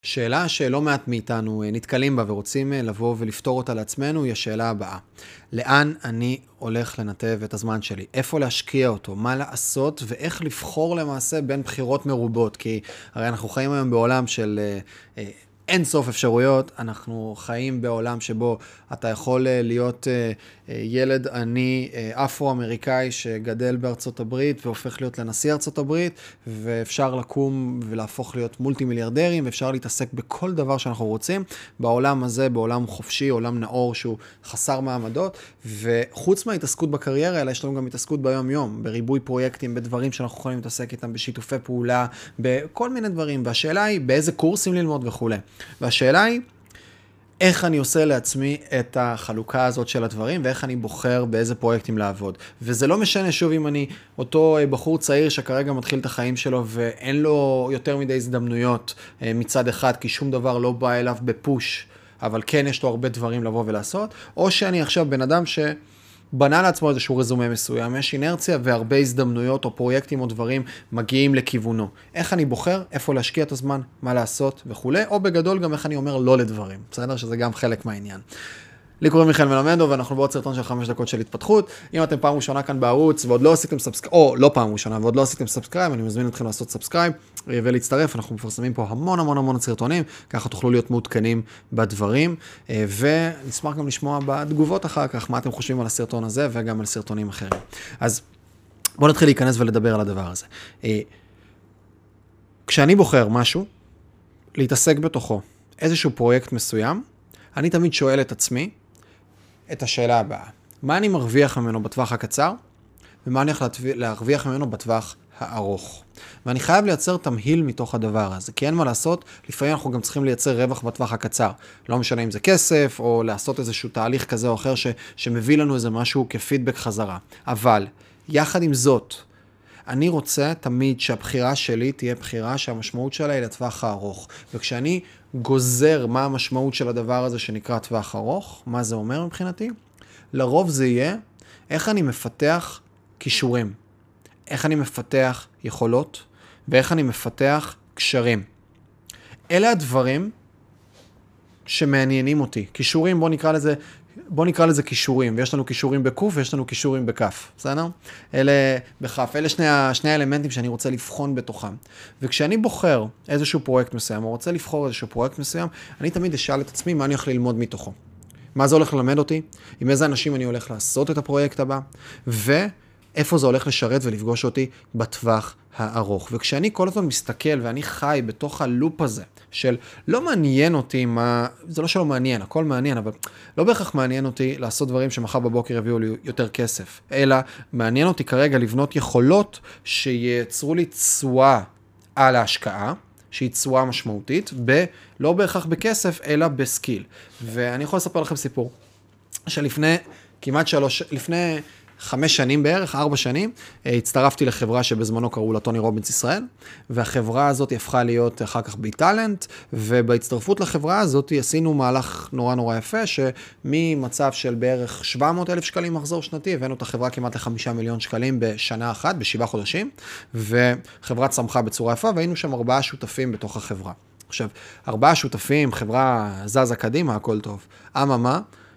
שאלה שלא מעט מאיתנו נתקלים בה ורוצים לבוא ולפתור אותה לעצמנו היא השאלה הבאה. לאן אני הולך לנתב את הזמן שלי? איפה להשקיע אותו? מה לעשות? ואיך לבחור למעשה בין בחירות מרובות? כי הרי אנחנו חיים היום בעולם של אין סוף אפשרויות. אנחנו חיים בעולם שבו אתה יכול להיות ילד עני אפרו-אמריקאי שגדל בארצות הברית והופך להיות לנשיא ארצות הברית, ואפשר לקום ולהפוך להיות מולטי מיליארדרים, ואפשר להתעסק בכל דבר שאנחנו רוצים בעולם הזה, בעולם חופשי, עולם נאור שהוא חסר מעמדות. וחוץ מההתעסקות בקריירה, אלא יש לנו גם התעסקות ביום יום, בריבוי פרויקטים, בדברים שאנחנו יכולים להתעסק איתם, בשיתופי פעולה, בכל מיני דברים. והשאלה היא באיזה קורסים ללמוד וכו'. והשאלה היא איך אני עושה לעצמי את החלוקה הזאת של הדברים, ואיך אני בוחר באיזה פרויקטים לעבוד. וזה לא משנה שוב אם אני אותו בחור צעיר שכרגע מתחיל את החיים שלו, ואין לו יותר מדי הזדמנויות מצד אחד, כי שום דבר לא בא אליו בפוש, אבל כן יש לו הרבה דברים לבוא ולעשות, או שאני עכשיו בן אדם בנה לעצמו איזשהו רזומה מסוים, יש אינרציה והרבה הזדמנויות או פרויקטים או דברים מגיעים לכיוונו. איך אני בוחר, איפה להשקיע את הזמן, מה לעשות וכו', או בגדול גם איך אני אומר לא לדברים. בסדר? שזה גם חלק מהעניין. לי קוראים מיכאל מלמדו, ואנחנו בעוד סרטון של 5 דקות של התפתחות. אם אתם פעם ראשונה כאן בערוץ ועוד לא עשיתם סאבסקרייב, או לא פעם ראשונה ועוד לא עשיתם סאבסקרייב, אני מזמין אתכם לעשות סאבסקרייב ולהצטרף. אנחנו מפרסמים פה המון סרטונים, ככה תוכלו להיות מעודכנים בדברים, ונשמח גם לשמוע בתגובות אחר כך מה אתם חושבים על הסרטון הזה וגם על סרטונים אחרים. אז בואו נתחיל להיכנס ולדבר על הדבר הזה. כשאני בוחר משהו, להתעסק בתוכו, איזשהו פרויקט מסוים, אני תמיד שואל את עצמי את השאלה הבאה. מה אני מרוויח ממנו בטווח הקצר, ומה אני הולך להרוויח ממנו בטווח הארוך. ואני חייב לייצר תמהיל מתוך הדבר הזה, כי אין מה לעשות, לפעמים אנחנו גם צריכים לייצר רווח בטווח הקצר. לא משנה אם זה כסף, או לעשות איזשהו תהליך כזה או אחר שמביא לנו איזה משהו כפידבק חזרה. אבל, יחד עם זאת, אני רוצה תמיד שהבחירה שלי תהיה בחירה שהמשמעות שלה היא לטווח הארוך. וכשאני גוזר מה המשמעות של הדבר הזה שנקרא טווח ארוך, מה זה אומר מבחינתי? לרוב זה יהיה איך אני מפתח כישורים, איך אני מפתח יכולות, ואיך אני מפתח קשרים. אלה הדברים שמעניינים אותי. כישורים, בוא נקרא לזה כישורים, ויש לנו כישורים בקוף ויש לנו כישורים בכף, בסדר? אלה בכף, אלה שני האלמנטים שאני רוצה לבחון בתוכם. וכשאני בוחר איזשהו פרויקט מסוים, או רוצה לבחור איזשהו פרויקט מסוים, אני תמיד אשאל את עצמי מה אני הולך ללמוד מתוכו. מה זה הולך ללמד אותי? עם איזה אנשים אני הולך לעשות את הפרויקט הבא, ואיפה זה הולך לשרת ולפגוש אותי בטווח הארוך. וכשאני כל הזמן מסתכל ואני חי בתוך הלופ הזה, של לא מעניין אותי מה, זה לא שלא מעניין, הכל מעניין, אבל לא בהכרח מעניין אותי לעשות דברים שמחר בבוקר יביאו לי יותר כסף, אלא מעניין אותי כרגע לבנות יכולות שייצרו לי תשואה על ההשקעה, שהיא תשואה משמעותית, לא בהכרח בכסף, אלא בסקיל. ואני יכול לספר לכם סיפור, שלפני לפני 5 שנים בערך, 4 שנים, הצטרפתי לחברה שבזמנו קראו לה טוני רובינס ישראל, והחברה הזאת הפכה להיות אחר כך בי-טלנט, ובהצטרפות לחברה הזאת עשינו מהלך נורא יפה, שממצב של בערך 700,000 שקלים מחזור שנתי, הבאנו את החברה כמעט ל5 מיליון שקלים בשנה אחת, ב7 חודשים, וחברה צמחה בצורה יפה, והיינו שם 4 שותפים בתוך החברה. עכשיו, 4 שותפים, חברה זזה קדימה, הכל טוב. אממה,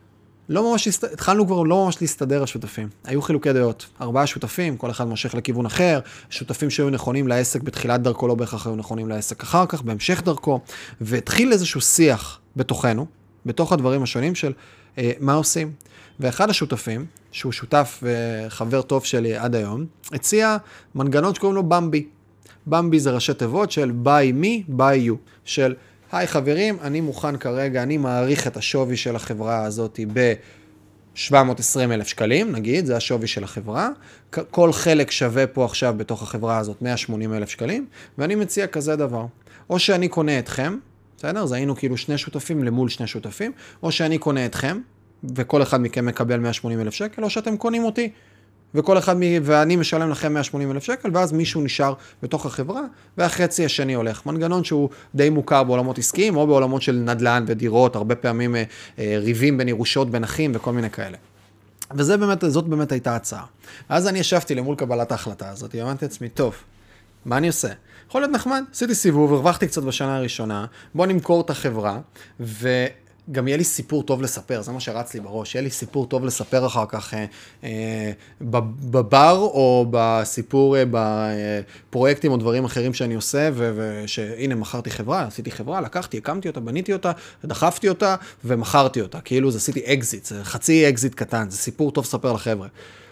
התחלנו כבר לא ממש להסתדר השותפים. היו חילוקי דעות. 4 שותפים, כל אחד מושך לכיוון אחר, שותפים שהיו נכונים לעסק בתחילת דרכו, לא בהכרח היו נכונים לעסק אחר כך, בהמשך דרכו, והתחיל איזשהו שיח בתוכנו, בתוך הדברים השונים של מה עושים. ואחד השותפים, שהוא שותף וחבר טוב שלי עד היום, הציע מנגנון שקוראים לו במבי. במבי זה ראשי תיבות של buy me, buy you, של היי חברים, אני מוכן כרגע, אני מעריך את השווי של החברה הזאת ב-720,000 שקלים, נגיד, זה השווי של החברה. כל חלק שווה פה עכשיו בתוך החברה הזאת 180,000 שקלים, ואני מציע כזה דבר. או שאני קונה אתכם, בסדר? זה היינו כאילו 2 שותפים למול 2 שותפים, או שאני קונה אתכם, וכל אחד מכם מקבל 180,000 שקל, או שאתם קונים אותי. ואני משלם לכם 180,000 שקל, ואז מישהו נשאר בתוך החברה, והחצי השני הולך. מנגנון שהוא די מוכר בעולמות עסקיים, או בעולמות של נדל"ן ודירות, הרבה פעמים ריבים בין ירושות, בין אחים וכל מיני כאלה. וזאת באמת הייתה הצעה. אז אני ישבתי למול קבלת ההחלטה הזאת, אמרתי לעצמי, טוב, מה אני עושה? יכול להיות נחמד, עשיתי סיבוב, הרווחתי קצת בשנה הראשונה, בוא נמכור את החברה, וגם יהיה לי סיפור טוב לספר, זה מה שרץ לי בראש, יהיה לי סיפור טוב לספר אחר כך בבר, או בסיפור, בפרויקטים או דברים אחרים שאני עושה, ושהנה מכרתי חברה, עשיתי חברה, לקחתי, הקמתי אותה, בניתי אותה, דחפתי אותה, ומכרתי אותה, כאילו זה עשיתי אקזיט, זה חצי אקזיט קטן, זה סיפור טוב לספר לחבר'ה.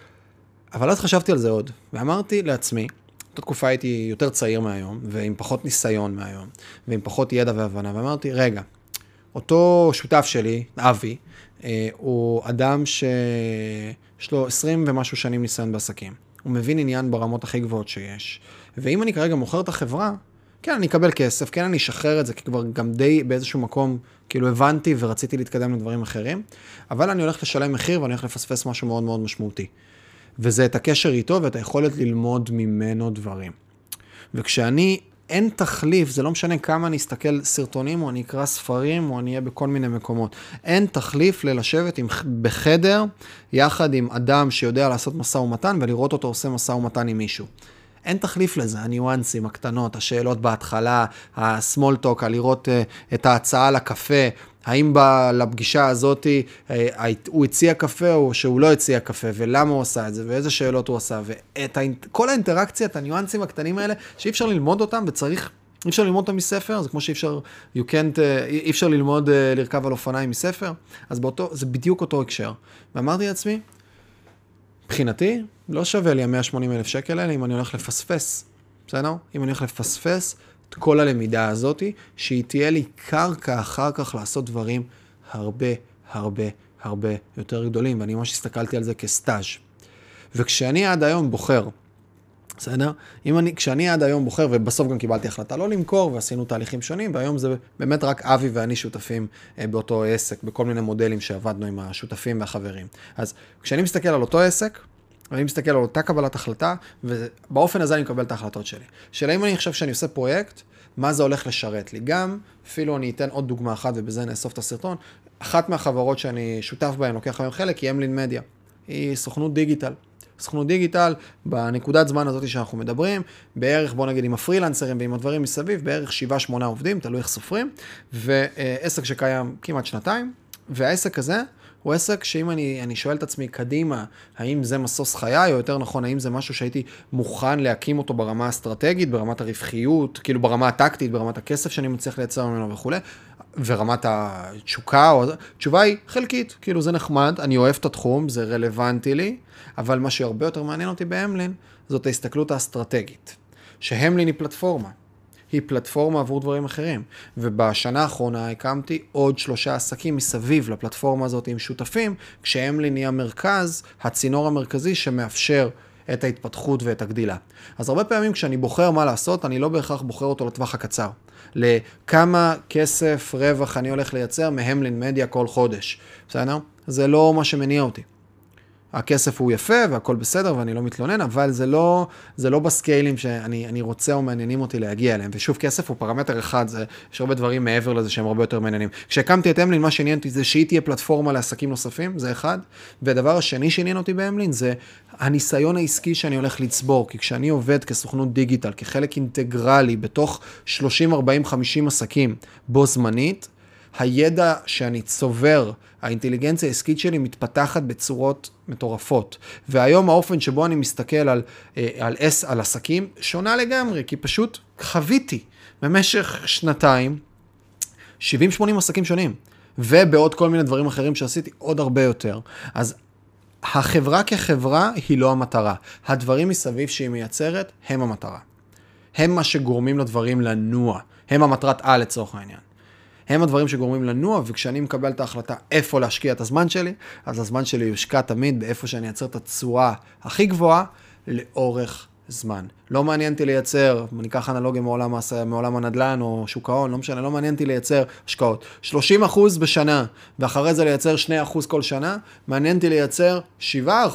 אבל אז חשבתי על זה עוד, ואמרתי לעצמי, אותה תקופה הייתי יותר צעיר מהיום, ועם פחות ניסיון מהיום, ועם פחות ידע והבנה, ואמרתי, רגע, אותו שותף שלי, אבי, הוא אדם שיש לו 20 ומשהו שנים ניסיון בעסקים. הוא מבין עניין ברמות הכי גבוהות שיש. ואם אני כרגע מוכר את החברה, כן, אני אקבל כסף, כן, אני אשחרר את זה, כי כבר גם די באיזשהו מקום, כאילו הבנתי ורציתי להתקדם לדברים אחרים, אבל אני הולך לשלם מחיר ואני הולך לפספס משהו מאוד מאוד משמעותי. וזה את הקשר איתו ואת היכולת ללמוד ממנו דברים. וכשאני, אין תחליף, זה לא משנה כמה אני אסתכל סרטונים, או אני אקרא ספרים, או אני אהיה בכל מיני מקומות. אין תחליף ללשבת בחדר, יחד עם אדם שיודע לעשות מסע ומתן, ולראות אותו עושה מסע ומתן עם מישהו. אין תחליף לזה, הניואנסים, הקטנות, השאלות בהתחלה, הסמול טוק, לראות את ההצעה לקפה, האם לפגישה הזאת הוא הציע קפה או שהוא לא הציע קפה, ולמה הוא עשה את זה, ואיזה שאלות הוא עשה, וכל האינטראקציה, את הניואנסים הקטנים האלה, שאי אפשר ללמוד אותם, וצריך, אי אפשר ללמוד אותם מספר, זה כמו שאי אפשר, אי אפשר ללמוד לרכב על אופניים מספר, אז זה בדיוק אותו הקשר. ואמרתי לעצמי, מבחינתי, לא שווה לי ה-180,000 שקל האלה אם אני הולך לפספס, בסדר? אם אני הולך לפספס את כל הלמידה הזאת, שהיא תהיה לי קרקע אחר כך לעשות דברים הרבה, הרבה, הרבה יותר גדולים, ואני ממש הסתכלתי על זה כסטאז'. וכשאני עד היום בוחר, בסדר? כשאני עד היום בוחר, ובסוף גם קיבלתי החלטה לא למכור, ועשינו תהליכים שונים, והיום זה באמת רק אבי ואני שותפים באותו עסק, בכל מיני מודלים שעבדנו עם השותפים והחברים. אז כשאני מסתכל על אותו עסק, ואני מסתכל על אותה קבלת החלטה, ובאופן הזה אני מקבל את ההחלטות שלי. שאלה אם אני חושב שאני עושה פרויקט, מה זה הולך לשרת לי? גם, אפילו אני אתן עוד דוגמה אחת, ובזה נאסוף את הסרטון, אחת מהחברות שאני שותף בהן, לוקח היום חלק, היא אמלין מדיה. היא סוכנות דיגיטל. סוכנות דיגיטל, בנקודת זמן הזאת שאנחנו מדברים, בערך, בוא נגיד, עם הפרילנסרים ועם הדברים מסביב, בערך 7-8 עובדים, תלוי איך סופרים, ועסק שקיים כמעט שנתיים, והעסק הזה הוא עסק שאם אני שואל את עצמי קדימה, האם זה מסוס חיי, או יותר נכון, האם זה משהו שהייתי מוכן להקים אותו ברמה האסטרטגית, ברמת הרווחיות, כאילו ברמה הטקטית, ברמת הכסף שאני מצליח לייצר ממנו וכו', ורמת התשוקה, התשובה היא חלקית, כאילו זה נחמד, אני אוהב את התחום, זה רלוונטי לי, אבל מה שהרבה יותר מעניין אותי בהמלין, זאת ההסתכלות האסטרטגית, שהמלין היא פלטפורמה. היא פלטפורמה עבור דברים אחרים. ובשנה האחרונה הקמתי עוד 3 עסקים מסביב לפלטפורמה הזאת עם שותפים, כשהמלין היא המרכז, הצינור המרכזי שמאפשר את ההתפתחות ואת הגדילה. אז הרבה פעמים כשאני בוחר מה לעשות, אני לא בהכרח בוחר אותו לטווח הקצר. לכמה כסף, רווח אני הולך לייצר מהמלין מדיה כל חודש. בסדר? זה לא מה שמניע אותי. הכסף הוא יפה והכל בסדר ואני לא מתלונן, אבל זה לא בסקיילים שאני רוצה או מעניינים אותי להגיע אליהם. ושוב, כסף הוא פרמטר אחד, יש הרבה דברים מעבר לזה שהם הרבה יותר מעניינים. כשהקמתי את המלין, מה שעניין אותי זה שהיא תהיה פלטפורמה לעסקים נוספים, זה אחד. והדבר השני שעניין אותי בהמלין זה הניסיון העסקי שאני הולך לצבור, כי כשאני עובד כסוכנות דיגיטל, כחלק אינטגרלי בתוך 30, 40, 50 עסקים בו זמנית, הידע שאני צובר, האינטליגנציה העסקית שלי מתפתחת בצורות מטורפות. והיום האופן שבו אני מסתכל על עסקים שונה לגמרי, כי פשוט חוויתי במשך שנתיים 70-80 עסקים שונים, ובעוד כל מיני דברים אחרים שעשיתי עוד הרבה יותר. אז החברה כחברה היא לא המטרה. הדברים מסביב שהיא מייצרת הם המטרה. הם מה שגורמים לדברים לנוע. הם המטרת על לצורך העניין. הם הדברים שגורמים לנוע, וכשאני מקבל את ההחלטה איפה להשקיע את הזמן שלי, אז הזמן שלי יושקע תמיד באיפה שאני אייצר את התשואה הכי גבוהה לאורך זמן. לא מעניינתי לייצר, ניקח אנלוגיה מעולם הנדל"ן או שוק ההון, לא משנה, לא מעניינתי לייצר השקעות. 30% בשנה, ואחרי זה לייצר 2% כל שנה, מעניינתי לייצר 7%,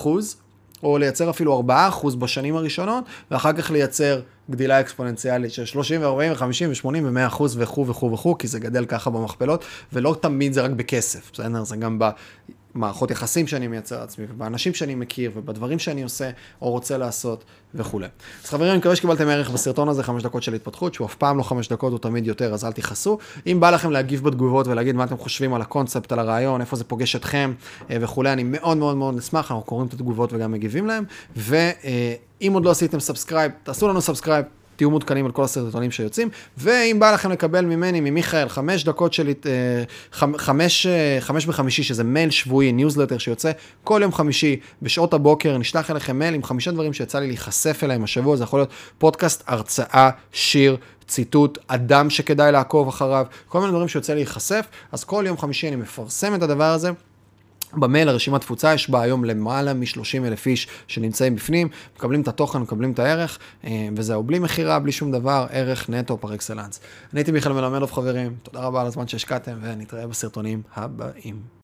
או לייצר אפילו 4% בשנים הראשונות, ואחר כך לייצר גדילה אקספוננציאלית של 30 ו-40 ו-50 ו-80 ו-100% וכו' וכו' וכו', כי זה גדל ככה במכפלות, ולא תמיד זה רק בכסף, בסדר? זה גם במערכות יחסים שאני מייצר לעצמי, ובאנשים שאני מכיר, ובדברים שאני עושה או רוצה לעשות וכו'. אז חברים, אני מקווה שקיבלתם ערך בסרטון הזה, 5 דקות של התפתחות, שהוא אף פעם לא 5 דקות, הוא תמיד יותר, אז אל תכעסו. אם בא לכם להגיב בתגובות ולהגיד מה אתם חושבים על הקונספט, על הרעיון, איפה זה פוגש אתכם וכו', אני מאוד מאוד מאוד נשמח, אנחנו קוראים את התגובות וגם מגיבים להם. ואם עוד לא עשיתם סאבסקרייב, תעשו לנו סאבסקרייב, תהיו מותקנים על כל הסרטונים שיוצאים, ואם בא לכם לקבל ממני, ממיכאל, 5 דקות של, 5 בחמישי, שזה מייל שבועי, ניוזלטר שיוצא כל יום חמישי, בשעות הבוקר, נשלח אליכם מייל עם 5 דברים שיצא לי להיחשף אליהם השבוע, זה יכול להיות פודקאסט, הרצאה, שיר, ציטוט, אדם שכדאי לעקוב אחריו, כל מיני דברים שיוצא לי להיחשף, אז כל יום חמישי אני מפרסם את הדבר הזה, במייל הרשימת תפוצה, יש בה היום למעלה מ-30,000 איש שנמצאים בפנים, מקבלים את התוכן, מקבלים את הערך, וזהו, בלי מחירה, בלי שום דבר, ערך נטו פר אקסלנס. אני הייתי מיכאל מלמדוב חברים, תודה רבה על הזמן שהשקעתם, ונתראה בסרטונים הבאים.